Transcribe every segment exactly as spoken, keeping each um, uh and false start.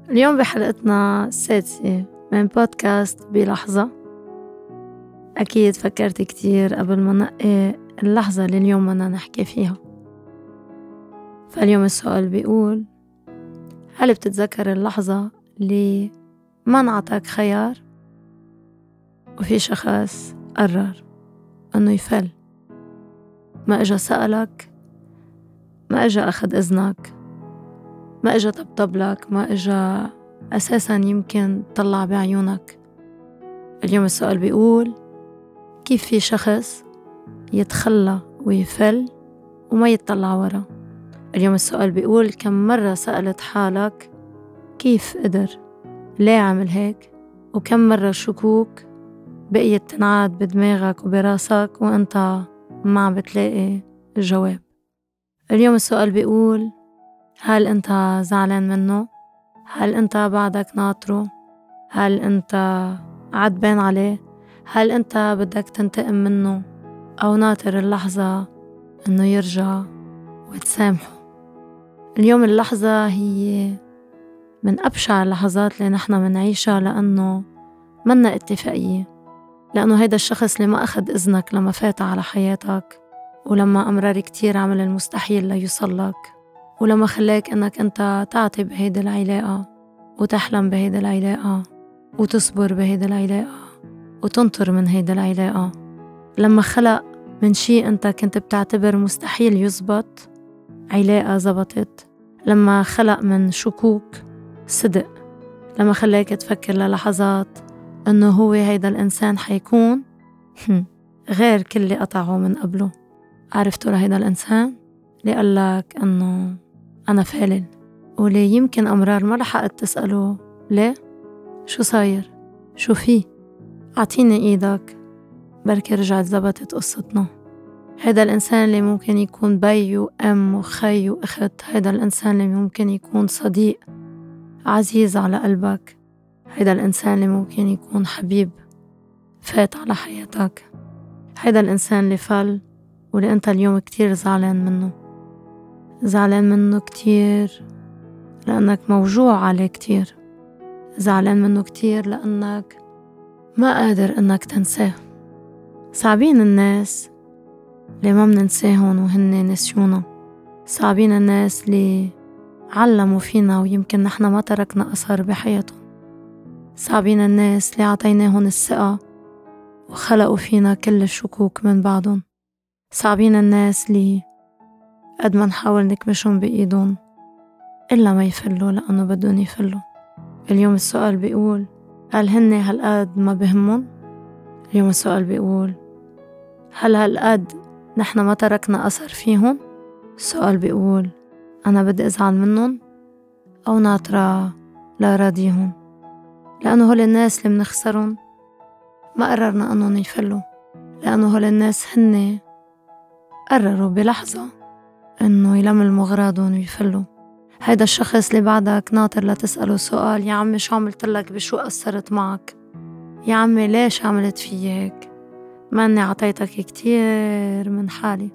اليوم بحلقتنا السادسة من بودكاست بلحظة. أكيد فكرت كتير قبل ما نقي اللحظة اللي اليوم بدنا نحكي فيها. فاليوم السؤال بيقول: هل بتتذكر اللحظة اللي ما انعطاك خيار وفي شخص قرر أنه يفل؟ ما إجا سألك، ما إجا أخذ إذنك، ما إجا طبطب لك، ما إجا أساساً يمكن طلع بعيونك. اليوم السؤال بيقول: كيف في شخص يتخلى ويفل وما يتطلع ورا؟ اليوم السؤال بيقول: كم مرة سألت حالك كيف قدر، ليه عمل هيك؟ وكم مرة شكوك بقيت تنعاد بدماغك وبراسك وانت ما عم بتلاقي الجواب. اليوم السؤال بيقول: هل انت زعلان منه؟ هل انت بعدك ناطره؟ هل انت عدبان عليه؟ هل انت بدك تنتقم منه او ناطر اللحظة انه يرجع وتسامحه؟ اليوم اللحظة هي من أبشع اللحظات اللي نحنا منعيشها، لأنه منا اتفاقية، لأنه هيدا الشخص اللي ما أخد إذنك لما فات على حياتك، ولما أمرار كتير عمل المستحيل ليوصلك، ولما خلاك أنك أنت تعطي بهيدا العلاقة وتحلم بهيدا العلاقة وتصبر بهيدا العلاقة وتنطر من هيدا العلاقة، لما خلق من شي أنت كنت بتعتبر مستحيل يزبط علاقة زبطت، لما خلق من شكوك صدق، لما خلاك تفكر للحظات أنه هو هيدا الإنسان حيكون غير كل اللي قطعه من قبله. عرفتوا لهيدا الإنسان اللي قالك أنه أنا فالل، ولي يمكن أمرار ما لحقت تسأله ليه؟ شو صاير؟ شو فيه؟ أعطيني إيدك بركي رجعت زبطت قصتنا. هيدا الإنسان اللي ممكن يكون بي وأم وخي وأخت، هيدا الإنسان اللي ممكن يكون صديق عزيز على قلبك، هيدا الإنسان اللي ممكن يكون حبيب فات على حياتك، هيدا الإنسان اللي فل واللي أنت اليوم كتير زعلان منه. زعلان منه كتير لأنك موجوع عليه كتير، زعلان منه كتير لأنك ما قادر أنك تنساه. صعبين الناس اللي ما مننساهن وهن نسيونا، صعبين الناس اللي علموا فينا ويمكن نحنا ما تركنا أثر بحياتهم، صعبين الناس اللي عطيناهن الثقة وخلقوا فينا كل الشكوك من بعضهم، صعبين الناس اللي قد ما نحاول نكمشهم بإيدهم إلا ما يفلوا لأنه بدون يفلوا. اليوم السؤال بيقول: هل هن هالقد ما بهمون؟ اليوم السؤال بيقول: هل هالقد نحنا ما تركنا أثر فيهم؟ السؤال بيقول: أنا بدي أزعل منهم أو ناطرة لا راضيهم؟ لأنه هول الناس اللي منخسرهم ما قررنا أنهم يفلوا، لأنه هول الناس هن قرروا بلحظة أنه يلملموا غراضهم ويفلوا. هيدا الشخص اللي بعدك ناطر لتسأله سؤال: يا عمي شو عملتلك؟ بشو قصرت معك؟ يا عمي ليش عملت في هيك؟ ما أني عطيتك كتير من حالي،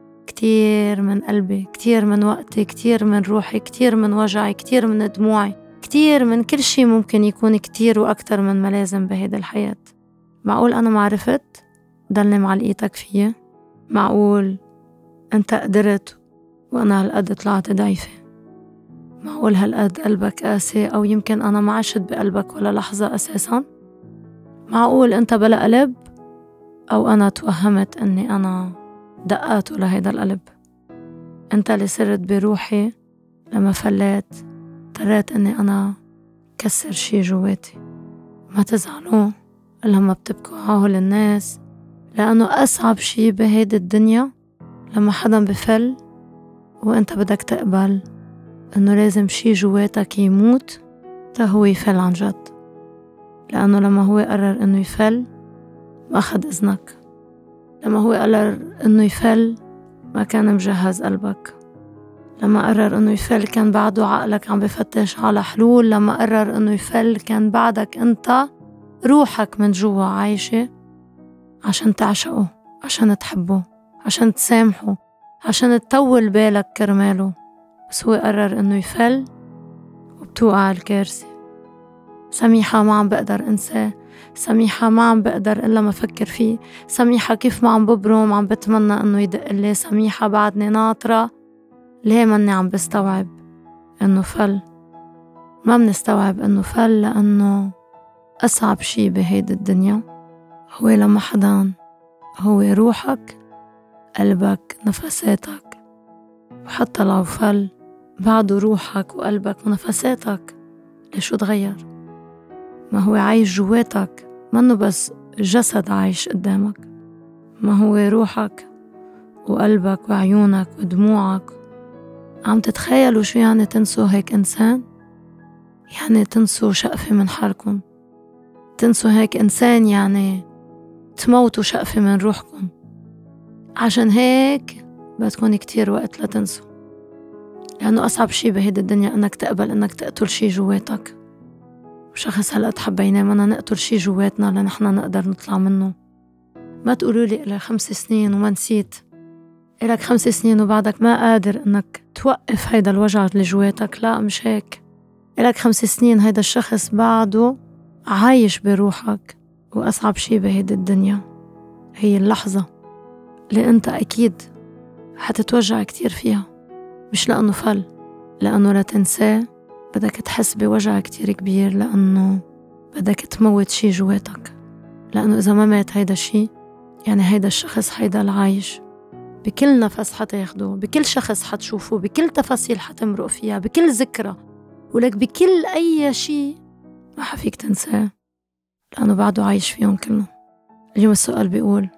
كتير من قلبي، كتير من وقتي، كتير من روحي، كتير من وجعي، كتير من دموعي، كتير من كل شي ممكن يكون كتير وأكتر من ملازم بهيدا الحياة. معقول أنا ما عرفت ضلني معلقيتك فيه؟ معقول أنت قدرت وأنا هالقد طلعت ضعيفة؟ معقول هالقد قلبك قاسي؟ أو يمكن أنا ما عشت بقلبك ولا لحظة أساساً؟ معقول أنت بلا قلب؟ أو أنا توهمت أني أنا دقاته لهيدا القلب؟ أنت اللي صرت بروحي لما فليت اضطريت أني أنا كسر شي جواتي. ما تزعلوا لما بتبكوا هول الناس، لأنه أصعب شي بهيدي الدنيا لما حدا بفل وأنت بدك تقبل أنه لازم شي جواتك يموت تا هو يفل عن جد. لأنه لما هو قرر أنه يفل ما أخد إذنك، لما هو قرر أنه يفل ما كان مجهز قلبك، لما قرر أنه يفل كان بعده عقلك عم بفتش على حلول، لما قرر أنه يفل كان بعدك أنت روحك من جوا عايشة عشان تعشقه، عشان تحبه، عشان تسامحه، عشان تطول بالك كرماله. بس هو قرر أنه يفل وبتوقع الكارثة. سميحة ما عم بقدر أنساه، سميحة ما عم بقدر إلا ما أفكر فيه، سميحة كيف ما عم ببرم عم بتمنى أنه يدق لي، سميحة بعدني ناطرة ليه ماني عم بستوعب أنه فل. ما بنستوعب أنه فل لأنه أصعب شي بهيدي الدنيا هو لما حدا هو روحك، قلبك، نفساتك، وحتى لو فل بعده روحك وقلبك ونفساتك. ليشو تغير؟ ما هو عايش جواتك، منه بس جسد عايش قدامك، ما هو روحك وقلبك وعيونك ودموعك. عم تتخيلوا شو يعني تنسوا هيك إنسان؟ يعني تنسوا شقفة من حالكم، تنسوا هيك إنسان يعني تموتوا شقفة من روحكم. عشان هيك بدكن كتير وقت لتنسوا، لأنه أصعب شي بهيدي الدنيا أنك تقبل أنك تقتل شي جواتك. وشخص هلقد حبيناه بدنا نقتل شي جواتنا لنحنا نقدر نطلع منه. ما تقولوا لي إلك خمس سنين وما نسيت، إلك خمس سنين وبعدك ما قادر أنك توقف هيدا الوجع اللي جواتك. لا، مش هيك. إلك خمس سنين هيدا الشخص بعده عايش بروحك. وأصعب شي بهيدي الدنيا هي اللحظة اللي أنت أكيد حتتوجع كتير فيها، مش لأنه فل، لأنه لا تنساه بدك تحس بوجع كتير كبير، لأنه بدك تموت شي جواتك. لأنه إذا ما مات هيدا الشي يعني هيدا الشخص هيدا العايش بكل نفس حتاخده، بكل شخص حتشوفه، بكل تفاصيل حتمرق فيها، بكل ذكرى، ولك بكل أي شي ما حفيك تنساه لأنه بعده عايش فيهم كلهم. اليوم السؤال بيقول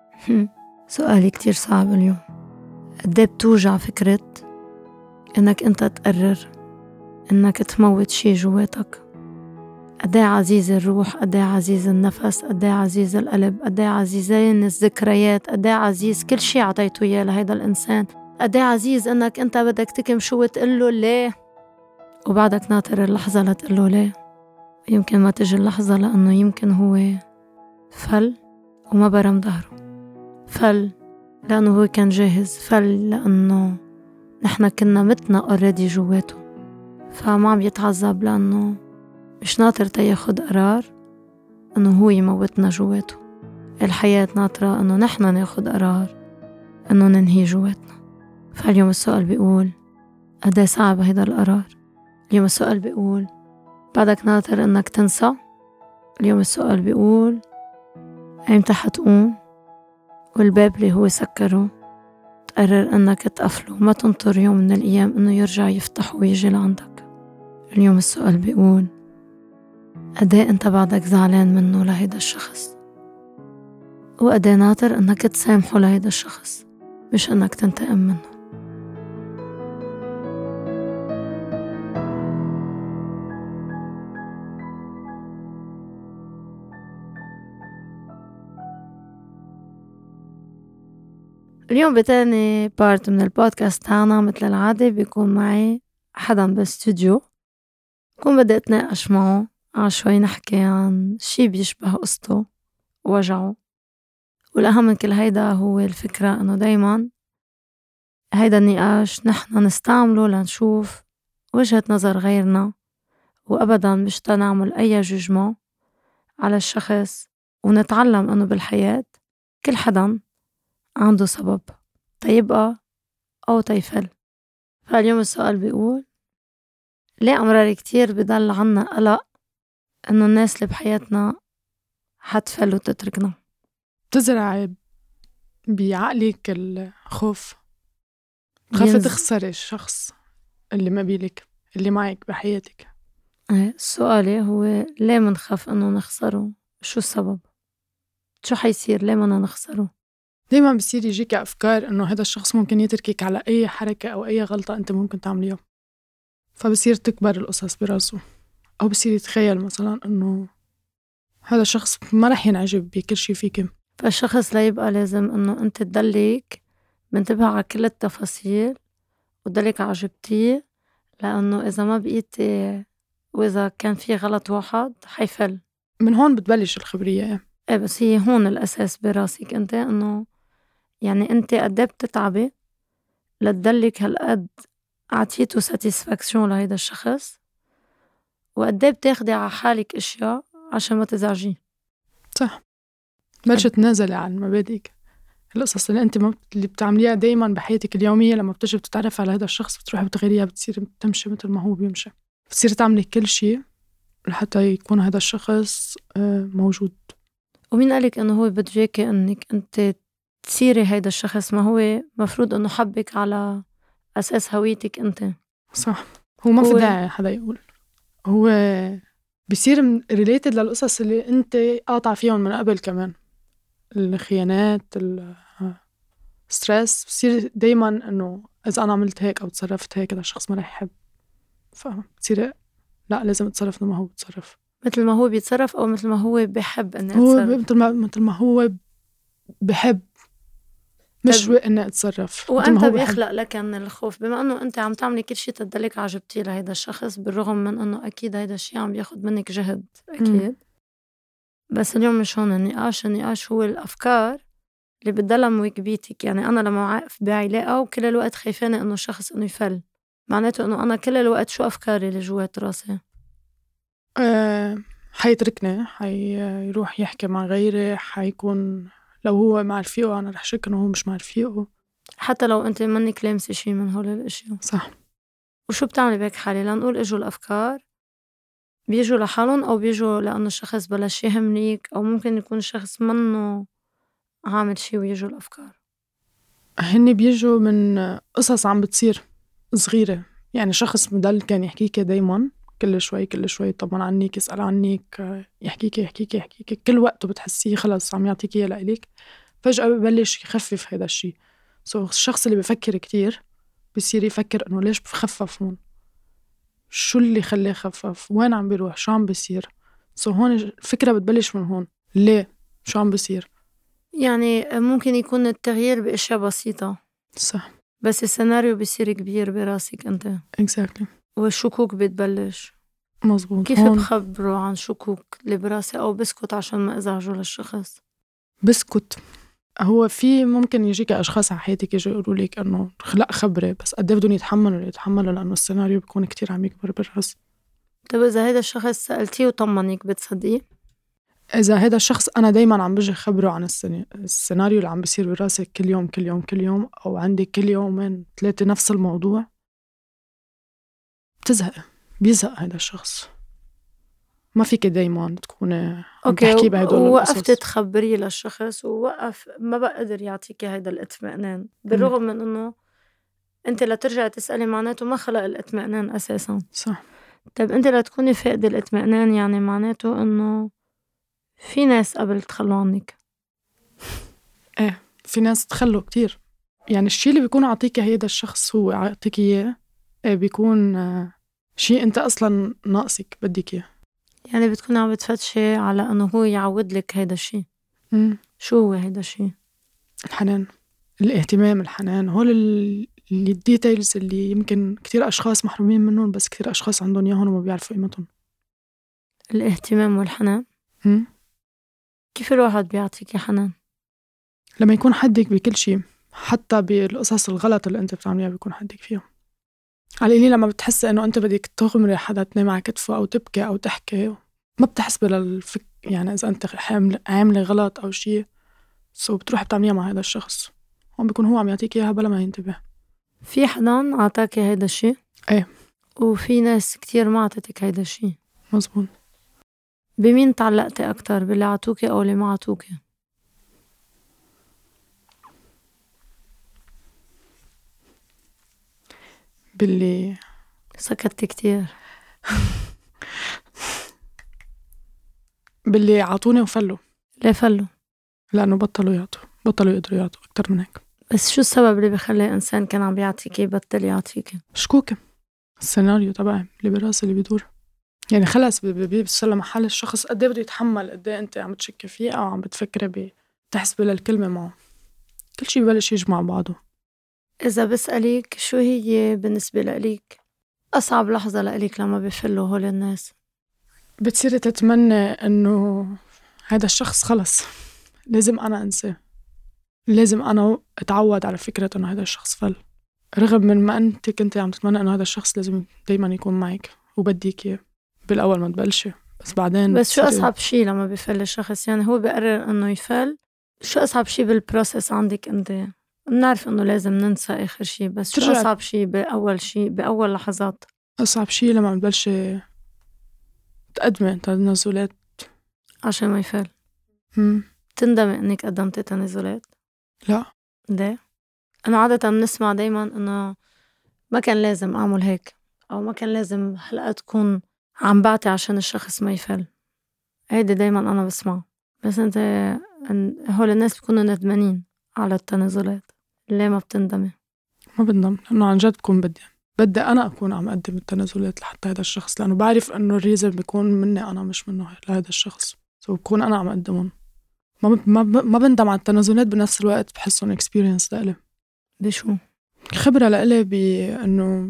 سؤالي كتير صعب اليوم، قديه بتوجع فكرة إنك أنت تقرر إنك تموت شي جواتك؟ قديه عزيز الروح، قديه عزيز النفس، قديه عزيز القلب، قديه عزيزين الذكريات، قديه عزيز كل شي عطيته إياه لهيدا الإنسان، قديه عزيز إنك أنت بدك تكمشو وتقله ليه وبعدك ناطر اللحظة لتقله ليه. يمكن ما تجي اللحظة لأنه يمكن هو فل وما برم ظهره، فل لأنه هو كان جاهز، فل لأنه نحنا كنا متنا already جواته، فما عم يتعذب لأنه مش ناطر تياخد قرار أنه هو يموتنا جواته. الحياة ناطرة أنه نحنا ناخد قرار أنه ننهي جواتنا. فاليوم السؤال بيقول قديه صعب هيدا القرار. اليوم السؤال بيقول بعدك ناطر أنك تنسى. اليوم السؤال بيقول أيمتى حتقوم والباب اللي هو سكره تقرر أنك تقفله، ما تنطر يوم من الأيام أنه يرجع يفتح ويجي لعندك. اليوم السؤال بيقول قديه أنت بعدك زعلان منه لهيدا الشخص، وقديه ناطر أنك تسامحه لهيدا الشخص مش أنك تنتقم منه. اليوم بتاني بارت من البودكاست تاعنا مثل العادة بيكون معي حدا بالاستوديو، بكون بدي أتناقش معه عن شوي، نحكي عن شي بيشبه قصته ووجعه. والأهم من كل هيدا هو الفكرة أنه دايما هيدا النقاش نحن نستعمله لنشوف وجهة نظر غيرنا، وأبدا مش تنعمل أي جوجمون على الشخص، ونتعلم أنه بالحياة كل حدا عنده سبب تيبقى أو تيفل. فاليوم السؤال بيقول ليه أمرار كتير بضل عنا قلق إنه الناس اللي بحياتنا حتفل وتتركنا؟ تزرع بعقلك الخوف، خاف تخسري الشخص اللي ما بيلك اللي معك بحياتك. سؤالي هو ليه منخاف إنه نخسره؟ شو السبب؟ شو حيصير؟ ليه منا نخسره؟ دايما بصير يجيك أفكار إنه هذا الشخص ممكن يتركك على أي حركة أو أي غلطة أنت ممكن تعمليها، فبصير تكبر القصص براسه، أو بصير يتخيل مثلا إنه هذا الشخص ما رح ينعجب بكل شي فيك. فالشخص لا يبقى لازم إنه أنت تدليك منتبه على كل التفاصيل ودلك عجبتيه، لأنه إذا ما بقيتي وإذا كان في غلط واحد حيفل. من هون بتبلش الخبرية. إيه بس هي هون الأساس براسك أنت، إنه يعني أنت قد ايه بتتعبي لتدلك هالقد عطيته ساتيسفاكسيون لهيدا الشخص، وقديه بتاخدي على حالك اشياء عشان ما تزعجيه. صح. بلش تنازلي عن مبادئك، القصص اللي انت اللي بتعمليها دايما بحياتك اليوميه، لما بتجي بتتعرف على هذا الشخص بتروحي بتغيريها، بتصير تمشي مثل ما هو بيمشي، بتصير تعملي كل شيء لحتى يكون هذا الشخص موجود. ومين قالك انه هو بده اياكي انك انت تصيري هيدا الشخص؟ ما هو مفروض انه حبك على اساس هويتك انت. صح. هو ما في داعي حدا يقول، هو بيصير ريليتد للقصص اللي انت قاطع فيهم من قبل، كمان الخيانات، الستريس، بصير دايما انه اذا انا عملت هيك او تصرفت هيك هذا الشخص ما رح يحب، فبتصير لا لازم اتصرف مثل ما هو بتصرف، مثل ما هو بيتصرف او مثل ما هو بيحب انه هو يتصرف، مثل ما مثل ما هو بحب، مش اني اتصرف. وانت بيخلق لك من الخوف، بما انه انت عم تعملي كل شيء تدلك عجبتي لهيدا الشخص، بالرغم من انه اكيد هيدا الشيء عم بياخد منك جهد اكيد. م. بس اليوم مش هون النقاش، النقاش هو الافكار اللي بتضلها موكبيتك. يعني انا لما واقف بعلاقه وكل الوقت خايفانه انه الشخص انه يفل، معناته انه انا كل الوقت شو افكاري اللي جوات راسي؟ أه حيتركني، حيروح يحكي مع غيري، حيكون لو هو مع رفيقه انا رح شك انه هو مش مع رفيقه، حتى لو انت منك لامسه شيء من هول الاشياء. صح. وشو بتعملي بهيك حالة؟ لنقول اجوا الافكار، بيجوا لحالهم او بيجوا لانه الشخص بلش يهمنيك، او ممكن يكون الشخص منه عامل شيء ويجوا الافكار؟ هني بيجوا من قصص عم بتصير صغيرة، يعني شخص مدل كان يحكيك دايما كل شوي كل شوي طبعا عنك، يسأل عنك، يحكيك يحكيك يحكيك كل وقته بتحسيه خلص عم يعطيك إياه لإلك، فجأة ببلش يخفف هذا الشيء. سو الشخص اللي بفكر كتير بصير يفكر إنه ليش بخفف هون، شو اللي خليه خفف، وين عم بيروح، شو عم بيصير. سو هون الفكرة بتبلش من هون، ليه، شو عم بيصير. يعني ممكن يكون التغيير بأشياء بسيطة، صح، بس السيناريو بيصير كبير براسك أنت. exactly. والشكوك بتبلش. مزبوط. كيف بخبروا عن شكوك اللي براسي أو بسكت عشان ما أزعجوا للشخص؟ بسكت. هو في ممكن يجيك أشخاص على حياتك يجي يقولوا لك إنه لا خبري، بس قد إيه بدهم يتحملوا يتحملوا لأنه السيناريو بيكون كتير عم يكبر بالراس. طيب إذا هيدا الشخص سألتيه وطمنك بتصدقيه؟ إذا هيدا الشخص أنا دايما عم بجي خبره عن السيناريو اللي عم بيصير براسي كل يوم كل يوم كل يوم، أو عندي كل يومين ثلاثة نفس الموضوع، بتزهق، بيزهق هيدا الشخص. ما فيك دايما تكون عم تحكي بهدول القصص. ووقفت تخبريه للشخص ووقف ما بقى قدر يعطيك هيدا الاطمئنان، بالرغم من انه انت لا ترجع تسألي معناته ما خلق الاطمئنان اساسا. صح. طيب انت لا تكوني فاقدة الاطمئنان، يعني معناته انه في ناس قبل تخلوا عنك. ايه في ناس تخلوا كتير، يعني الشيء اللي بيكون عطيك هيدا الشخص هو عطيك اياه إيه بيكون شيء انت اصلا ناقصك بدك اياه. يعني بتكون عم بتفتشي على انه هو يعود لك هيدا الشيء. شو هو هيدا الشيء؟ الحنان، الاهتمام، الحنان، هول الديتيلز اللي يمكن كتير اشخاص محرومين منهم، بس كتير اشخاص عندهم اياهم وما بيعرفوا قيمتهم. الاهتمام والحنان. م? كيف الواحد بيعطيك حنان؟ لما يكون حدك بكل شيء، حتى بالقصص الغلط اللي انت بتعمليها بيكون حدك فيهم. على القليل لما بتحس انه انت بدك تغمري حدا تنام على كتفه او تبكي او تحكي، ما بتحسبي للفك، يعني اذا انت عامله غلط او شيء، سو بتروح بتعمليها مع هذا الشخص، هون بيكون هو عم يعطيك اياها بلا ما ينتبه. في حدا عطاكي هيدا الشيء؟ ايه. وفي ناس كتير ما عطتك هيدا الشيء. مزبوط. بمين تعلقتي اكتر، باللي عطوكي او اللي ما عطوكي؟ باللي سكتت كتير. باللي عطوني وفلوا. ليه فلوا؟ لأنه بطلوا يعطوا، بطلوا يقدروا يعطوا أكتر من هيك. بس شو السبب اللي بيخلي إنسان كان عم بيعطيكي يبطل يعطيكي؟ شكوكة، السيناريو تبعي اللي براسي اللي بيدور، يعني خلص بيوصل لمحل الشخص قد ايه بده يتحمل، قد ايه انت عم بتشكي فيه او عم بتفكري بتحسبي للكلمة معه، كل شيء ببلش يجي مع بعضه. إذا بسأليك شو هي بالنسبة لك أصعب لحظة لك لما بيفلوا هول الناس؟ بتصيري تتمنى إنه هذا الشخص خلص لازم أنا أنساه، لازم أنا أتعود على فكرة إنه هذا الشخص فل، رغم من ما أنت كنت عم تتمنى إنه هذا الشخص لازم دايما يكون معك وبديك إياه، بالأول ما تبلشي، بس بعدين بس شو بتصيري- أصعب شي لما بيفل الشخص؟ يعني هو بيقرر إنه يفل، شو أصعب شي بالبروسس عندك أنت؟ بنعرف إنه لازم ننسى آخر شي، بس شو ترجع- أصعب شي بأول شي بأول لحظات؟ أصعب شي لما تبلشي تقدمي تنازلات. عشان ما يفل مم. تندمي إنك قدمتي تنازلات؟ لا، ليه؟ أنا عادة بنسمع دايما إنه ما كان لازم أعمل هيك، أو ما كان لازم هلأ تكون عم بعطي عشان الشخص ما يفل. هيدي دايما أنا بسمع. بس أنت إن- هول الناس بيكونوا ندمانين على التنازلات، ليه ما بتندمي؟ ما بندم، لأنه عن جد بكون بدي بدي أنا أكون عم أقدم التنازلات لحتى هذا الشخص، لأنه بعرف إنه الريزن بيكون مني أنا مش منه لهذا الشخص، سو بكون أنا عم أقدمهم. ما ب... ما, ب... ما بندم على التنازلات، بنفس الوقت بحسهم اكسبيرينس لإلي، بشو؟ خبرة لإلي بإنه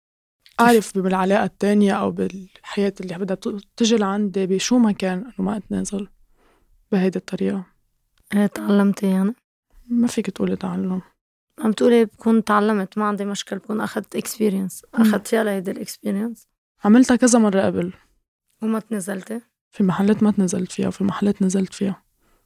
أعرف بالعلاقة التانية أو بالحياة اللي بدها ت- تجي لعندي بشو ما كان، إنه ما أتنازل بهيدي الطريقة. إيه تعلمتي يعني؟ ما فيك تقولي تعلم. عم تقولي بكون تعلمت، ما عندي مشكل، بكون أخدت اكسبيرينس، أخدت فيها لهيدي الاكسبيرينس عملتها كذا مرة قبل، وما تنزلتي. في محلات ما تنزلت فيها وفي محلات نزلت فيها.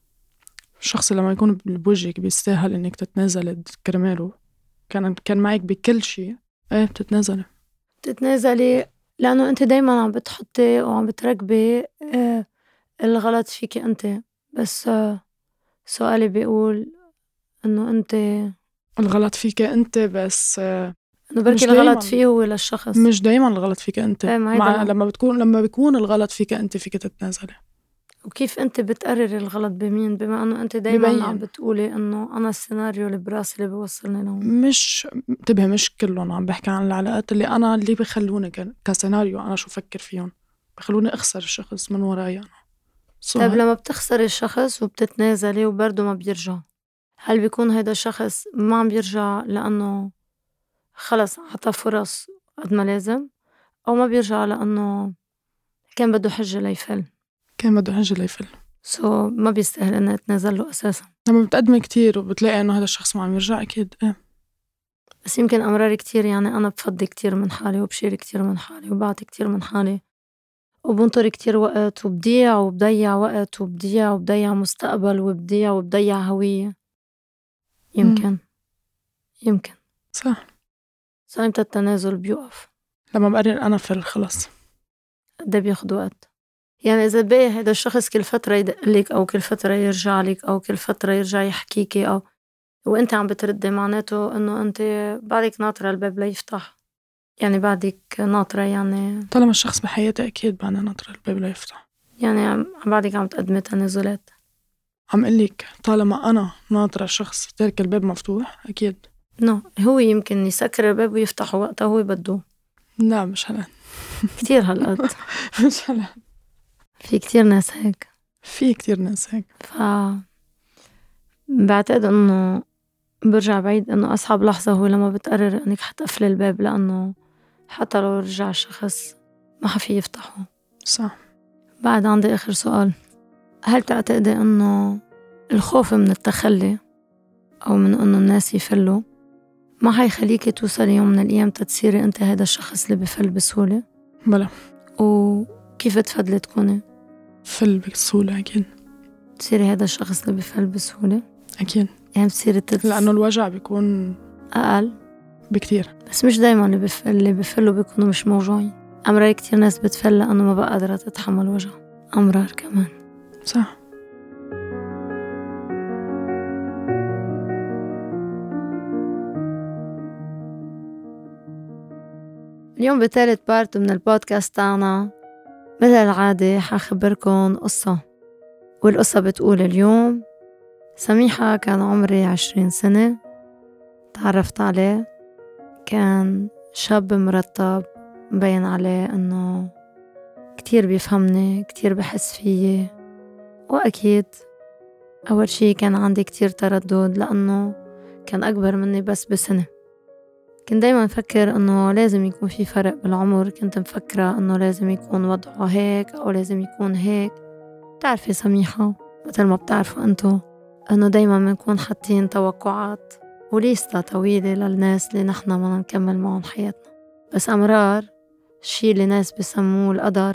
الشخص لما يكون بوجهك بيستاهل إنك تتنازلي كرماله، كان كان معك بكل شيء، إيه بتتنازلي. تتنازلي لأنه أنت دايما عم بتحطي وعم بتركبي آه الغلط فيكي أنت. بس آه سؤالي بيقول إنه أنت الغلط فيك أنت، بس آه، إنه بركي مش الغلط دايماً. فيه هو للشخص. مش دايما الغلط فيك أنت. إيه، ما هيدا مع أنا. لما بتكون لما بيكون الغلط فيك أنت فيك تتنازلي. وكيف أنت بتقرري الغلط بمين، بما إنه أنت دايما ببين. عم بتقولي إنه أنا السيناريو اللي براسي اللي بيوصلني لهون؟ مش انتبه، مش كلهم، عم بحكي عن العلاقات اللي أنا اللي بخلوني ك- كسيناريو أنا شو فكر فيهم، بخلوني أخسر الشخص من وراي أنا. So طيب ه- لما بتخسري الشخص وبتتنازلي وبرضه ما بيرجع، هل بيكون هيدا الشخص ما عم بيرجع لأنه خلص عطى فرص قد ما لازم، أو ما بيرجع لأنه كان بده حجة ليفل؟ كان بده حجة ليفل. سو ما بيستاهل إنه يتنازل له أساسا. لما بتقدمي كتير وبتلاقي إنه هذا الشخص ما عم يرجع، أكيد إيه. بس يمكن أمرار كتير، يعني أنا بفضي كتير من حالي وبشيل كتير من حالي وبعطي كتير من حالي وبنطر كتير وقت وبضيع وبضيع وقت وبضيع وبضيع مستقبل وبضيع وبضيع هوية. يمكن يمكن صح. سو إمتى التنازل بيوقف؟ لما بقرر أنا فل خلص. قد إيه بياخد وقت؟ يعني إذا بقي هيدا الشخص كل فترة يدقلك أو كل فترة يرجع لك أو كل فترة يرجع يحكيكي أو وأنت عم بتردي، معناته إنه أنت بعدك ناطرة الباب ليفتح، يعني بعدك ناطرة، يعني طالما الشخص بحياتي أكيد بعدنا ناطرة الباب ليفتح. يعني عم بعدك عم تقدمي تنازلات. عم قلك طالما أنا ناطرة الشخص ترك الباب مفتوح، أكيد. نو هو يمكن يسكر الباب ويفتحه وقتها هو بده. لا مش هلا. كتير هالقد مش هلا. في كتير ناس هيك. في كتير ناس هيك. ف بعتقد إنه برجع بعيد إنه أصعب لحظة هو لما بتقرر إنك حتقفلي الباب، لأنه حتى لو رجع الشخص ما حفي يفتحه. صح. بعد عندي آخر سؤال، هل تعتقدي إنه الخوف من التخلي أو من إنه الناس يفلوا ما حيخليكي توصلي يوم من الأيام تتصيري أنت هذا الشخص اللي بفل بسهولة؟ بلا. وكيف تفضلي تكوني فل بسهولة أكيد. تصيري هذا الشخص اللي بفل بسهولة؟ أكيد. يعني بتصيري تتس... لأنه الوجع بيكون أقل. بكتير. بس مش دايما اللي بفل اللي بفلوا بيكونوا مش موجوعين. أمرار كتير ناس بتفل لأنه ما بقى قادرة تتحمل وجع. أمرار كمان. صح. اليوم بثالث بارت من البودكاست تاعنا مثل العادة حخبركن قصة، والقصة بتقول اليوم: سميحة كان عمري عشرين سنة، تعرفت عليه، كان شاب مرتب، مبين عليه أنه كتير بيفهمني، كتير بحس فيي، وأكيد أول شي كان عندي كتير تردد لأنه كان أكبر مني بس بسنة. كنت دايما مفكر أنه لازم يكون في فرق بالعمر، كنت مفكرة أنه لازم يكون وضعه هيك أو لازم يكون هيك. بتعرفي سميحة مثل ما بتعرفوا أنتو أنه دايما منكون حاطين توقعات وليستا طويلة للناس اللي نحنا ما نكمل معهم حياتنا. بس أمرار شي اللي ناس بسموه القدر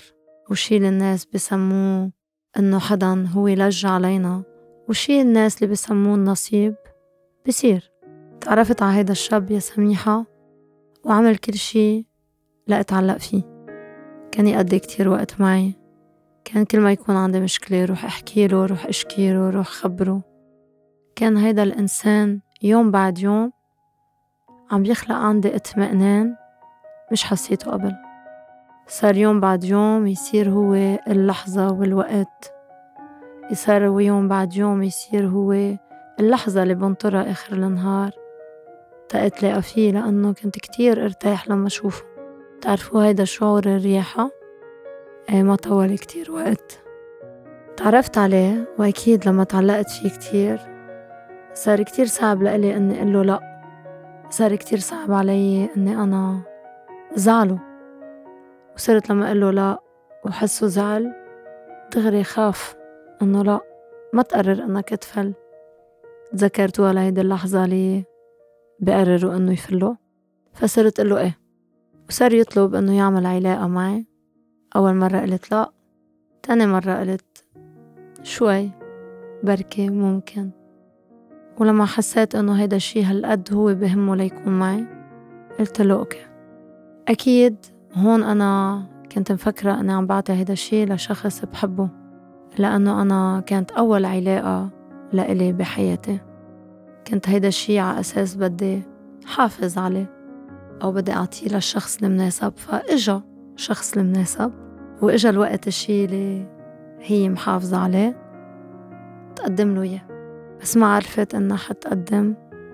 وشي اللي الناس بسموه إنه حداً هو لج علينا، وشي الناس اللي بسموه النصيب بصير. تعرفت على هيدا الشاب يا سميحة وعمل كل شي لأتعلق فيه. كان يقضي كتير وقت معي، كان كل ما يكون عندي مشكلة روح احكي له، روح اشكي له، روح خبره. كان هيدا الإنسان يوم بعد يوم عم بيخلق عندي اطمئنان مش حسيته قبل. صار يوم بعد يوم يصير هو اللحظة والوقت، يصير هو يوم بعد يوم يصير هو اللحظة اللي بنطرها آخر النهار تأتلاقى فيه، لأنه كنت كتير ارتاح لما شوفه. تعرفوا هيدا شعور الرياحة؟ ايه ما طول كتير وقت تعرفت عليه، وأكيد لما تعلقت فيه كتير صار كتير صعب لإلي أني أقله لأ. صار كتير صعب علي أني أنا زعله، وصرت لما أقله لأ وحسه زعل دغري خاف أنه لأ ما تقرر أنك تفل. تذكرتوا على هيدي اللحظة اللي بقرروا أنه يفلوا، فصرت أقله إيه، وصار يطلب أنه يعمل علاقة معي. أول مرة قلت لأ، تاني مرة قلت شوي بركي ممكن، ولما حسيت أنه هيدا الشي هالقد هو بهمه ليكون معي قلت له أوكي. أكيد هون أنا كنت مفكرة أني عم بعطي هيدا الشي لشخص بحبه، لأنه أنا كانت أول علاقة لإلي بحياتي. كنت هيدا الشي على أساس بدي حافظ عليه أو بدي أعطيه للشخص المناسب، فإجا شخص المناسب وإجا الوقت الشي اللي هي محافظة عليه تقدم له إياه. بس ما عرفت إنها حتقدم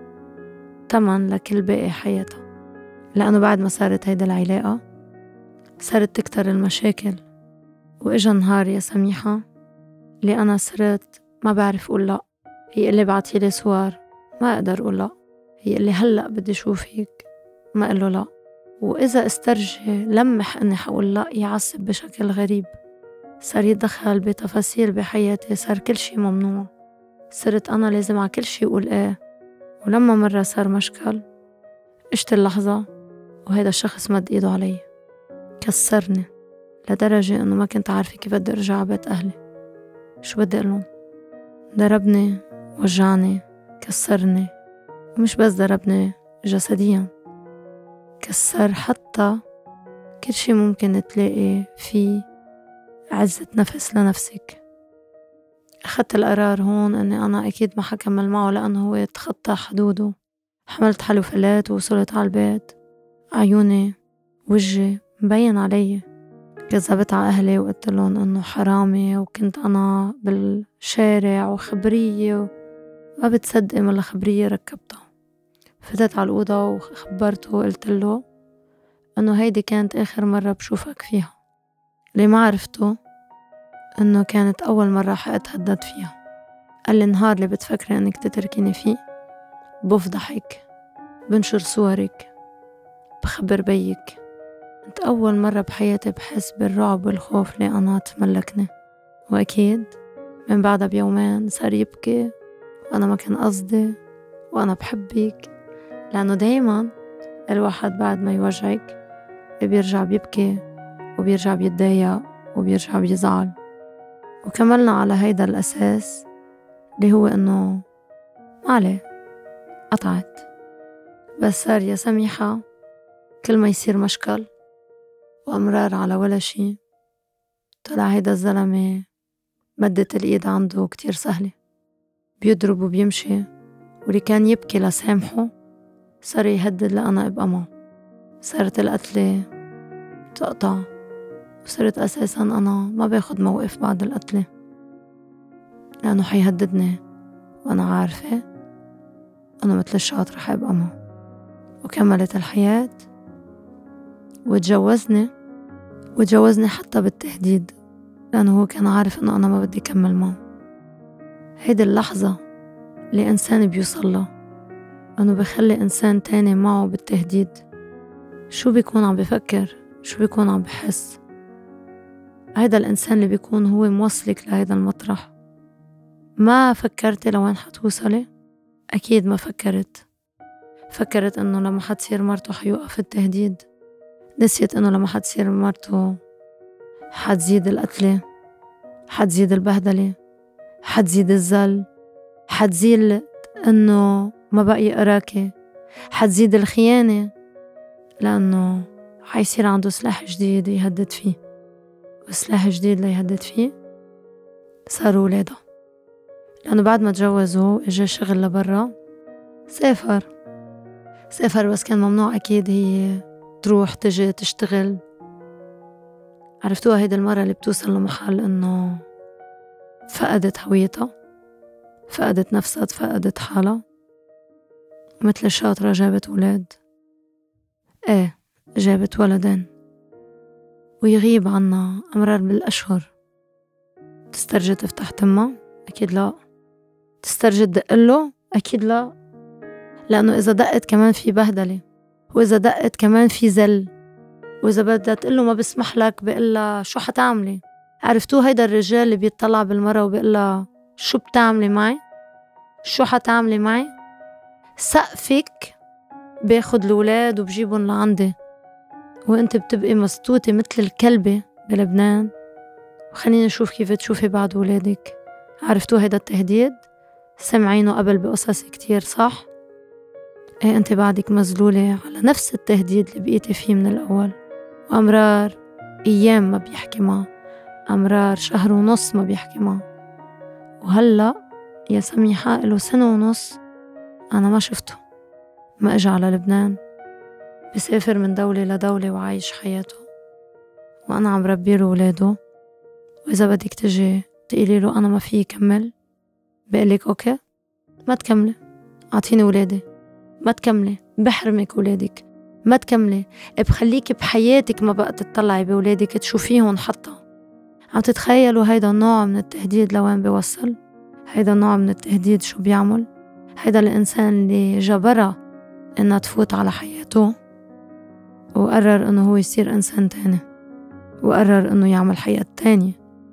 تمن لكل باقي حياتها، لأنه بعد ما صارت هيدا العلاقة صارت تكتر المشاكل. وإجا نهار يا سميحة اللي أنا صرت ما بعرف أقول لأ. هي اللي بعتيلي صور ما أقدر أقول لأ، هي اللي هلأ بدي شوفك ما أقله لأ، وإذا استرجي لمح أني حقول لأ يعصب بشكل غريب. صار يتدخل بتفاصيل بحياتي، صار كل شي ممنوع. صرت أنا لازم على كل شي أقول إيه. ولما مرة صار مشكل إجت اللحظة وهيدا الشخص مد إيده علي كسرني لدرجة أنه ما كنت عارفة كيف بدي أرجع بيت أهلي. شو بدي أقلهم؟ ضربني، وجعني، كسرني، ومش بس ضربني جسديا، كسر حتى كل شي ممكن تلاقي فيه عزة نفس لنفسك. أخذت القرار هون أني أنا أكيد ما حكمل معه، لأنه هو تخطى حدوده. حملت حلوفلات ووصلت على البيت، عيوني وجهي مبين علي. كذبت على أهلي وقلت لهم أنه حرامي وكنت أنا بالشارع وخبرية، ما بتصدقي من الخبرية ركبتها. فتت على الأوضة وخبرته وقلت له أنه هيدي كانت آخر مرة بشوفك فيها. اللي ما عرفته أنه كانت أول مرة حأتهدد فيها. قال لي النهار اللي بتفكري أنك تتركيني فيه بفضحك، بنشر صورك، بخبر بيك. أنت أول مرة بحياتي بحس بالرعب والخوف اللي أنا تملكني. وأكيد من بعدها بيومين صار يبكي وأنا ما كان قصدي وأنا بحبك، لأنه دايما الواحد بعد ما يوجعك بيرجع بيبكي وبيرجع بيتضايق وبيرجع بيزعل. وكملنا على هيدا الأساس اللي هو أنه ما عليه، قطعت. بس صار يا سميحة كل ما يصير مشكل وأمرار على ولا شي، طلع هيدا الزلمة مدة الإيد عنده كتير سهلة، بيضرب وبيمشي. واللي كان يبكي لسامحه صار يهدد لأنا أبقى معه. صارت القتلة تقطع، وصرت أساساً أنا ما باخد موقف بعد القتلة، لأنه حيهددني وأنا عارفة أنا مثل الشاط رح أبقى معه. وكملت الحياة وتجوزني وتجوزني حتى بالتهديد، لأنه هو كان عارف أنه أنا ما بدي كمل معه. هيدي اللحظة اللي إنسان بيوصلها أنه بخلي إنسان تاني معه بالتهديد، شو بيكون عم بفكر، شو بيكون عم بحس. هيدا الإنسان اللي بيكون هو موصلك لهيدا المطرح. ما فكرتي لوين حتوصلي؟ أكيد ما فكرت. فكرت أنه لما حتصير مرته حيوقف التهديد. نسيت أنه لما حتصير مرته حتزيد القتلة، حتزيد البهدلة، حتزيد الزل، حتزيد إنه ما بقي قراكة، حتزيد الخيانة، لأنه حيصير عنده سلاح جديد يهدد فيه، والسلاح جديد اللي يهدد فيه صاروا ولاده. لأنه بعد ما تجوزوا إجا شغل لبرا، سافر سافر بس كان ممنوع أكيد هي تروح تجي تشتغل. عرفتوها هيدا المرة اللي بتوصل لمحل إنه فقدت هويتها، فقدت نفسها، فقدت حالها، مثل الشاطرة جابت ولاد. ايه جابت ولدين، ويغيب عنا أمرار بالأشهر. تسترجي تفتح تمها؟ أكيد لا. تسترجي تدقله؟ أكيد لا، لأنه إذا دقت كمان في بهدلة، وإذا دقت كمان في زل، وإذا بدها تقله ما بسمح لك بقلها شو حتعملي. عرفتوه هيدا الرجال اللي بيطلع بالمرة وبقلها شو بتعملي معي؟ شو حتعملي معي؟ سقفك باخد الولاد وبجيبهم لعندي، وانت بتبقي مسطوطة مثل الكلبة بلبنان، وخليني نشوف كيف تشوفي بعد ولادك. عرفتوه هيدا التهديد؟ سمعينه قبل بقصص كتير صح؟ ايه انت بعدك مزلولة على نفس التهديد اللي بقيتي فيه من الأول. وأمرار أيام ما بيحكي معه، أمرار شهر ونص ما بيحكي معه، وهلأ يا سميحة له سنة ونص أنا ما شفته، ما إجا على لبنان، بيسافر من دولة لدولة وعايش حياته، وأنا عم ربي له ولاده. وإذا بدك تجي تقولي له أنا ما فيي كمل، بقلك أوكي ما تكملي، أعطيني ولادي، ما تكملي، بحرمك ولادك، ما تكملي، بخليك بحياتك ما بقى تطلعي بولادك تشوفيهم حتى. عم تتخيلوا هيدا النوع من التهديد لوين بيوصل؟ هيدا النوع من التهديد شو بيعمل؟ هيدا الإنسان اللي جبرها إنها تفوت على حياته، وقرر إنه هو يصير إنسان تاني، وقرر إنه يعمل حياة تانية.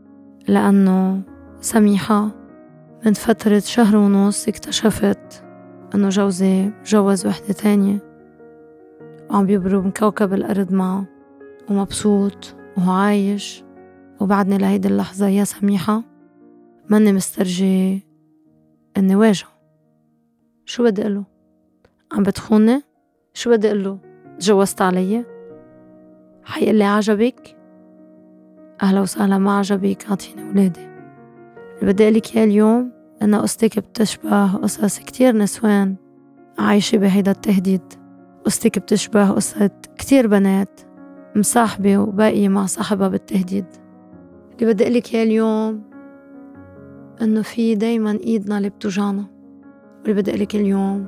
لأنه سميحة من فترة شهر ونص اكتشفت إنه جوزي جوز وحدة تانية، وعم بيبرو من كوكب الأرض معه، ومبسوط وعايش. وبعدني لهيدي اللحظة يا سميحة ماني مسترجي إني واجهه. شو بدي قله؟ عم بتخوني؟ شو بدي قله؟ تجوزت علي؟ حيقلي عجبك؟ أهلا وسهلا، ما عجبك أعطيني ولادي. اللي بدي قلك يا اليوم إن قصتك بتشبه قصص كتير نسوان عايشة بهيدا التهديد. قصتك بتشبه قصة كتير بنات مصاحبة وباقية مع صاحبها بالتهديد. اللي بدي قلك يا اليوم إنه في دايما إيدنا اللي بتوجعنا. واللي بدي قلك اليوم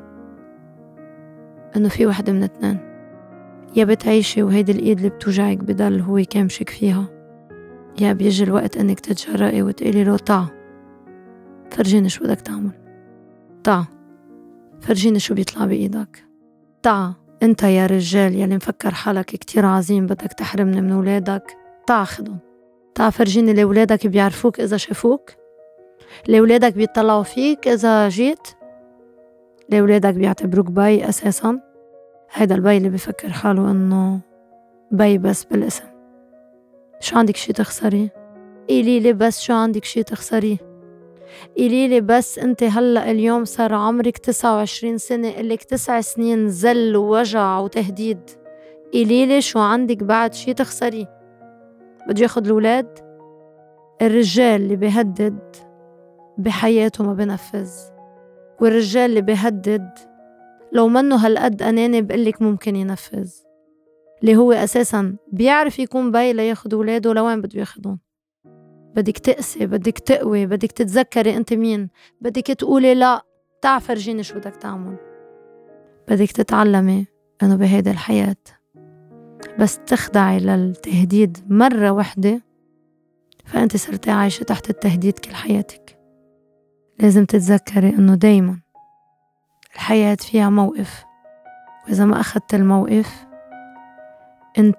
إنه في واحدة من اتنين، يا بتعيشي وهيدي الإيد اللي بتوجعك بدل هو كامشك فيها، يا بيجي الوقت إنك تتجرأي وتقولي له طع فرجيني شو بدك تعمل، طع فرجيني شو بيطلع بإيدك، طع انت يا رجال يلي مفكر حالك كتير عظيم بدك تحرمني من ولادك، طع خدهم، طع فرجيني اللي ولادك بيعرفوك إذا شافوك، اللي ولادك بيطلعوا فيك إذا جيت، اللي ولادك بيعتبروك باي أساسا. هيدا الباي اللي بيفكر حاله إنه باي بس بالاسم. شو عندك شي تخسري؟ قولي لي بس شو عندك شي تخسري؟ قولي لي بس انت هلأ اليوم صار عمرك تسعة وعشرين سنة، إلك تسع سنين زل ووجع وتهديد. قولي لي شو عندك بعد شي تخسري؟ بده ياخد الولاد؟ الرجال اللي بيهدد بحياته ما بينفذ، والرجال اللي بيهدد لو منه هالقد أناني بقلك ممكن ينفذ، اللي هو أساساً بيعرف يكون باي لياخد ولاده. لوين بده ياخدون؟ بدك تقسي، بدك تقوي، بدك تتذكري أنت مين، بدك تقولي لا تعا فرجيني شو بدك تعمل. بدك تتعلمي أنه بهيدا الحياة بس تخضعي للتهديد مرة واحدة فأنت صرتي عايشة تحت التهديد كل حياتك. لازم تتذكري أنه دايما الحياة فيها موقف، وإذا ما أخدت الموقف أنت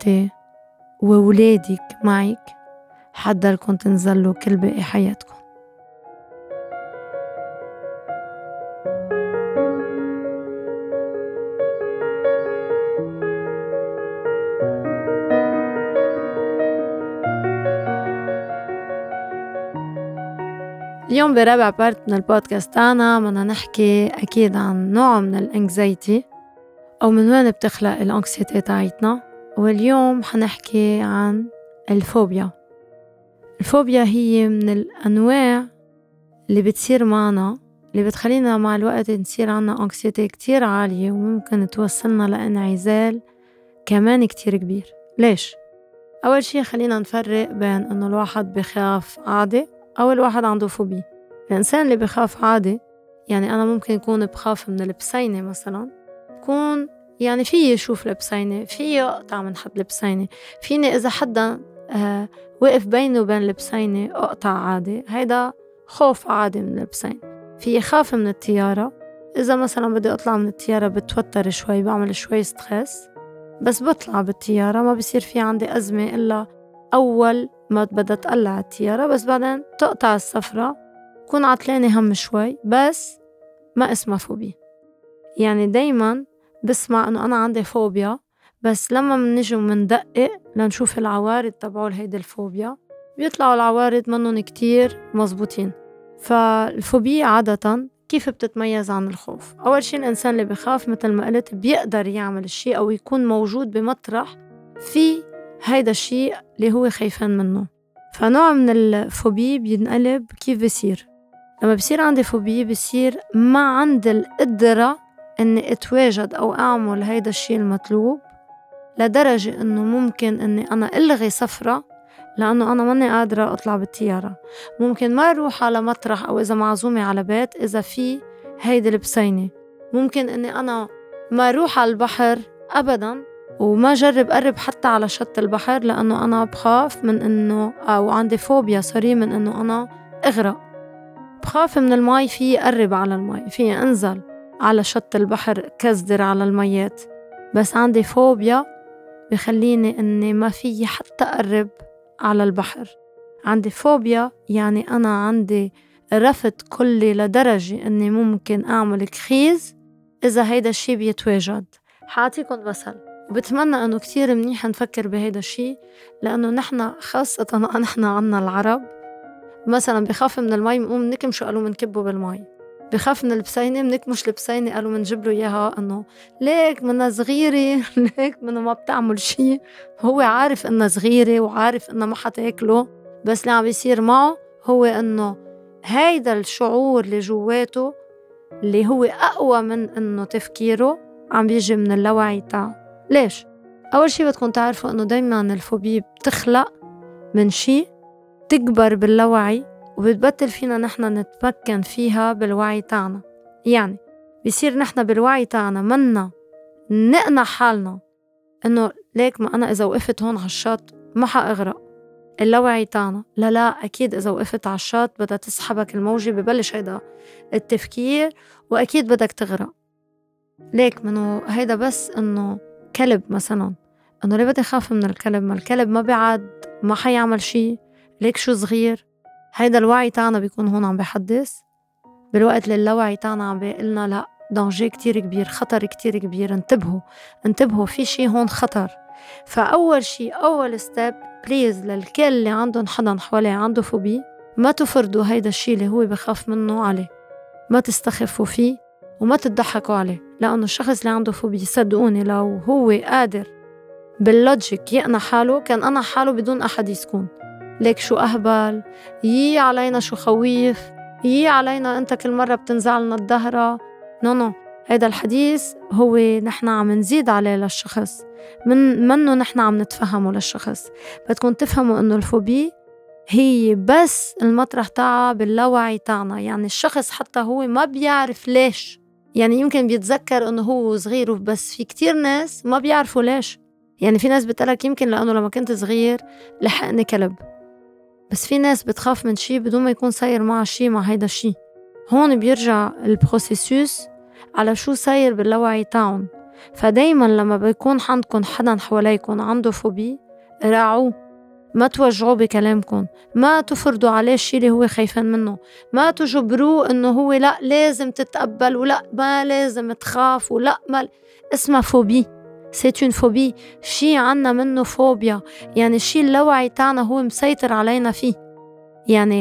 وولادك معك حتضلكن تنزلوا كل باقي حياتكم. اليوم برابع بارت من البودكاست تاعنا بدنا نحكي أكيد عن نوع من الانكزايتي أو من وين بتخلق الانكسيتي تاعتنا. واليوم حنحكي عن الفوبيا. الفوبيا هي من الأنواع اللي بتصير معنا اللي بتخلينا مع الوقت نصير عنا انكسيتي كتير عالية وممكن توصلنا لانعزال كمان كتير كبير. ليش؟ أول شي خلينا نفرق بين أنه الواحد بخاف عادي أو الواحد عنده فوبيا. الإنسان اللي بخاف عادي يعني أنا ممكن يكون بخاف من البسينة مثلا، يكون يعني فيه يشوف البسينة، فيه يقطع من حد البسينة، فيني إذا حدا آه وقف بينه وبين البسينة أقطع عادي، هيدا خوف عادي من البسينة. فيه خاف من الطيارة، إذا مثلا بدي أطلع من الطيارة بتوتر شوي، بعمل شوي ستريس، بس بطلع بالطيارة ما بصير في عندي أزمة إلا أول ما بدأ تقلع الطيارة، بس بعدين تقطع السفرة كون عطلاني هم شوي، بس ما اسمها فوبيا. يعني دايما بسمع أنه أنا عندي فوبيا، بس لما منجي ومندقق لنشوف العوارض تبعول هيدا الفوبيا بيطلعوا العوارض منهم كتير مزبوطين. فالفوبيا عادة كيف بتتميز عن الخوف؟ أول شيء الإنسان اللي بيخاف مثل ما قلت بيقدر يعمل الشيء أو يكون موجود بمطرح في هيدا الشيء اللي هو خايفان منه. فنوع من الفوبيا بينقلب كيف بيصير؟ لما بيصير عندي فوبيا بيصير ما عندي القدرة أني أتواجد أو أعمل هيدا الشيء المطلوب، لدرجة أنه ممكن أني أنا ألغي سفرة لأنه أنا ماني قادرة أطلع بالطيارة. ممكن ما أروح على مطرح أو إذا معزومة على بيت إذا في هيدا البسينة. ممكن أني أنا ما أروح على البحر أبداً وما جرب أقرب حتى على شط البحر لأنه أنا بخاف من أنه أو عندي فوبيا صريح من أنه أنا أغرق. بخاف من الماء، في أقرب على الماء، في أنزل على شط البحر كزدر على الميات، بس عندي فوبيا بخليني أني ما في حتى أقرب على البحر. عندي فوبيا يعني أنا عندي رفض كلي لدرجة أني ممكن أعمل كخيز إذا هيدا الشي بيتواجد. حاعطيكم مثل، وبتمنى أنه كتير منيح نفكر بهيدا الشي، لأنه نحن خاصة نحن عنا العرب مثلا بخاف من المي منقوم نكمشو قالوا منكبه بالمي، بخاف من البسينة منكمش البسينة قالوا منجبله إياها، أنه ليك منها صغيرة ليك منها ما بتعمل شي. هو عارف أنها صغيرة وعارف أنها ما حتاكله، بس اللي عم بيصير معه هو أنه هيدا الشعور اللي جواته اللي هو أقوى من أنه تفكيره عم بيجي من اللاوعي تاعه. ليش؟ أول شي بدكم تعرفوا أنه دايما الفوبيا بتخلق من شي تكبر باللاوعي وبتبطل فينا نحنا نتمكن فيها بالوعي تاعنا. يعني بيصير نحنا بالوعي تاعنا منا نقنع حالنا انه ليك ما انا اذا وقفت هون على الشط ما حاغرق. اللاوعي تاعنا لا لا اكيد اذا وقفت على الشط بدها تسحبك الموجة، ببلش هيدا التفكير واكيد بدك تغرق. ليك منو هيدا بس انه كلب مثلا، انه ليه بدي خاف من الكلب؟ ما الكلب ما بيعد ما حيعمل شي، ليك شو صغير. هيدا الوعي تاعنا بيكون هون عم بيحدث، بالوقت اللي اللاوعي تاعنا عم بيقلنا لا دانجي كتير كبير، خطر كتير كبير، انتبهوا انتبهوا في شي هون خطر. فأول شي أول ستيب بليز للكل اللي عندهم حدا حواليه عنده فوبيا، ما تفرضوا هيدا الشي اللي هو بخاف منه عليه، ما تستخفوا فيه وما تضحكوا عليه، لأنه الشخص اللي عنده فوبيا صدقوني لو هو قادر باللوجيك يقنع حاله كان أنا حاله بدون أحد يسكن. ليك شو أهبل، يي علينا شو خويف، يي علينا أنت كل مرة بتنزعلنا الدهرة. نو نو هيدا الحديث هو نحنا عم نزيد عليه للشخص، من منه نحنا عم نتفهمه للشخص. بدكم تفهموا أنه الفوبيا هي بس المطرح تاعها باللاوعي تاعنا. يعني الشخص حتى هو ما بيعرف ليش، يعني يمكن بيتذكر أنه هو صغير بس في كتير ناس ما بيعرفوا ليش. يعني في ناس بتقلك يمكن لأنه لما كنت صغير لحقني كلب، بس في ناس بتخاف من شي بدون ما يكون صاير معها شي مع هيدا الشي. هون بيرجع البروسيسوس على شو صاير باللاوعي تاعون. فدايما لما بيكون عندكم حدا حواليكم عنده فوبيا راعوه، ما توجعوه بكلامكم، ما تفرضوا عليه الشي اللي هو خايفان منه، ما تجبروه انه هو لا لازم تتقبل ولا ما لازم تخاف ولا ما. اسمها فوبيا، c'est une phobie، شي عنا منه فوبيا. يعني الشي اللاوعي تاعنا هو مسيطر علينا فيه. يعني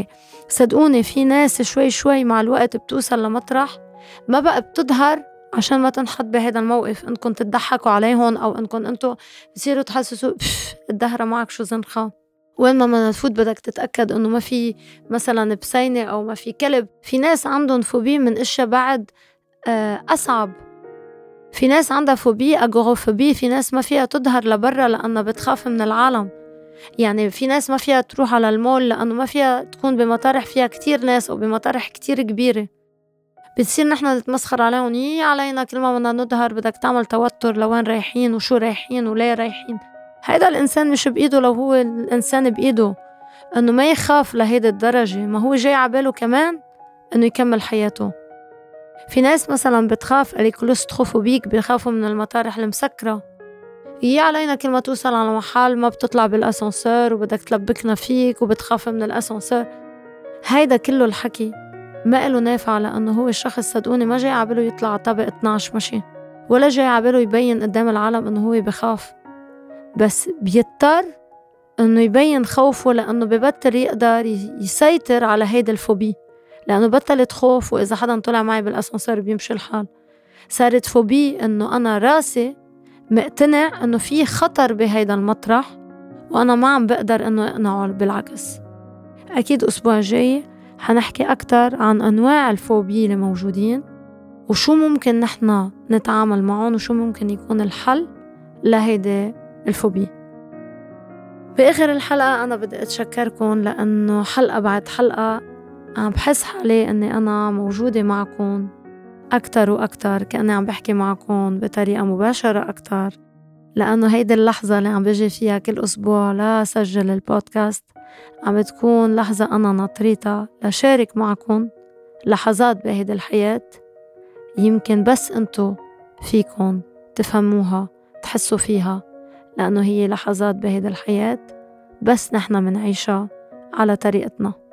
صدقوني في ناس شوي شوي مع الوقت بتوصل لمطرح ما بقى بتظهر عشان ما تنحط بهذا الموقف، انكم تضحكوا عليهم او انكم انتوا بتصيروا تحسسوا الدهرة معك شو زنخة. وين ما تفوت بدك تتأكد انه ما في مثلا بسينة او ما في كلب. في ناس عندهم فوبي من اشياء بعد اصعب. في ناس عندها فوبي اغوروفوبي، في ناس ما فيها تظهر لبرا لانها بتخاف من العالم. يعني في ناس ما فيها تروح على المول لانه ما فيها تكون بمطارح فيها كتير ناس او بمطارح كتير كبيرة. بتصير نحن نتمسخر عليهم، يي علينا كل ما بدنا نظهر بدك تعمل توتر لوين رايحين وشو رايحين وليه رايحين. هيدا الإنسان مش بإيده. لو هو الإنسان بإيده أنه ما يخاف لهيدا الدرجة، ما هو جاي عباله كمان أنه يكمل حياته. في ناس مثلا بتخاف الكلوستروفوبيك، بيخافوا من المطارح المسكرة. يي علينا كل ما توصل على محل ما بتطلع بالأسانسور وبدك تلبكنا فيك وبتخاف من الأسانسور. هيدا كله الحكي ما إله نافع، لأنه هو الشخص صدقوني ما جاي عباله يطلع على طابق اثناشر مشي، ولا جاي عباله يبين قدام العالم أنه هو بخاف، بس بيضطر أنه يبين خوفه لأنه ببطل يقدر يسيطر على هيدا الفوبي، لأنه بطلت خوف وإذا حدا طلع معي بالأسانسور بيمشي الحال. صارت فوبي أنه أنا راسي مقتنع أنه في خطر بهيدا المطرح وأنا ما عم بقدر أنه أقنعه بالعكس. أكيد أسبوع جاي حنحكي أكتر عن أنواع الفوبيا اللي موجودين وشو ممكن نحن نتعامل معهم وشو ممكن يكون الحل لهيدا الفوبيا. بآخر الحلقة أنا بدي أتشكركم لأنه حلقة بعد حلقة عم بحس حالي أني أنا موجودة معكم أكتر وأكتر، كأني عم بحكي معكم بطريقة مباشرة أكتر، لأنه هيدي اللحظة اللي عم بجي فيها كل أسبوع لا سجل البودكاست عم بتكون لحظة أنا ناطريتها لشارك معكم لحظات بهيدي الحياة يمكن بس أنتو فيكم تفهموها تحسوا فيها، لأنه هي لحظات بهيدي الحياة بس نحن منعيشها على طريقتنا.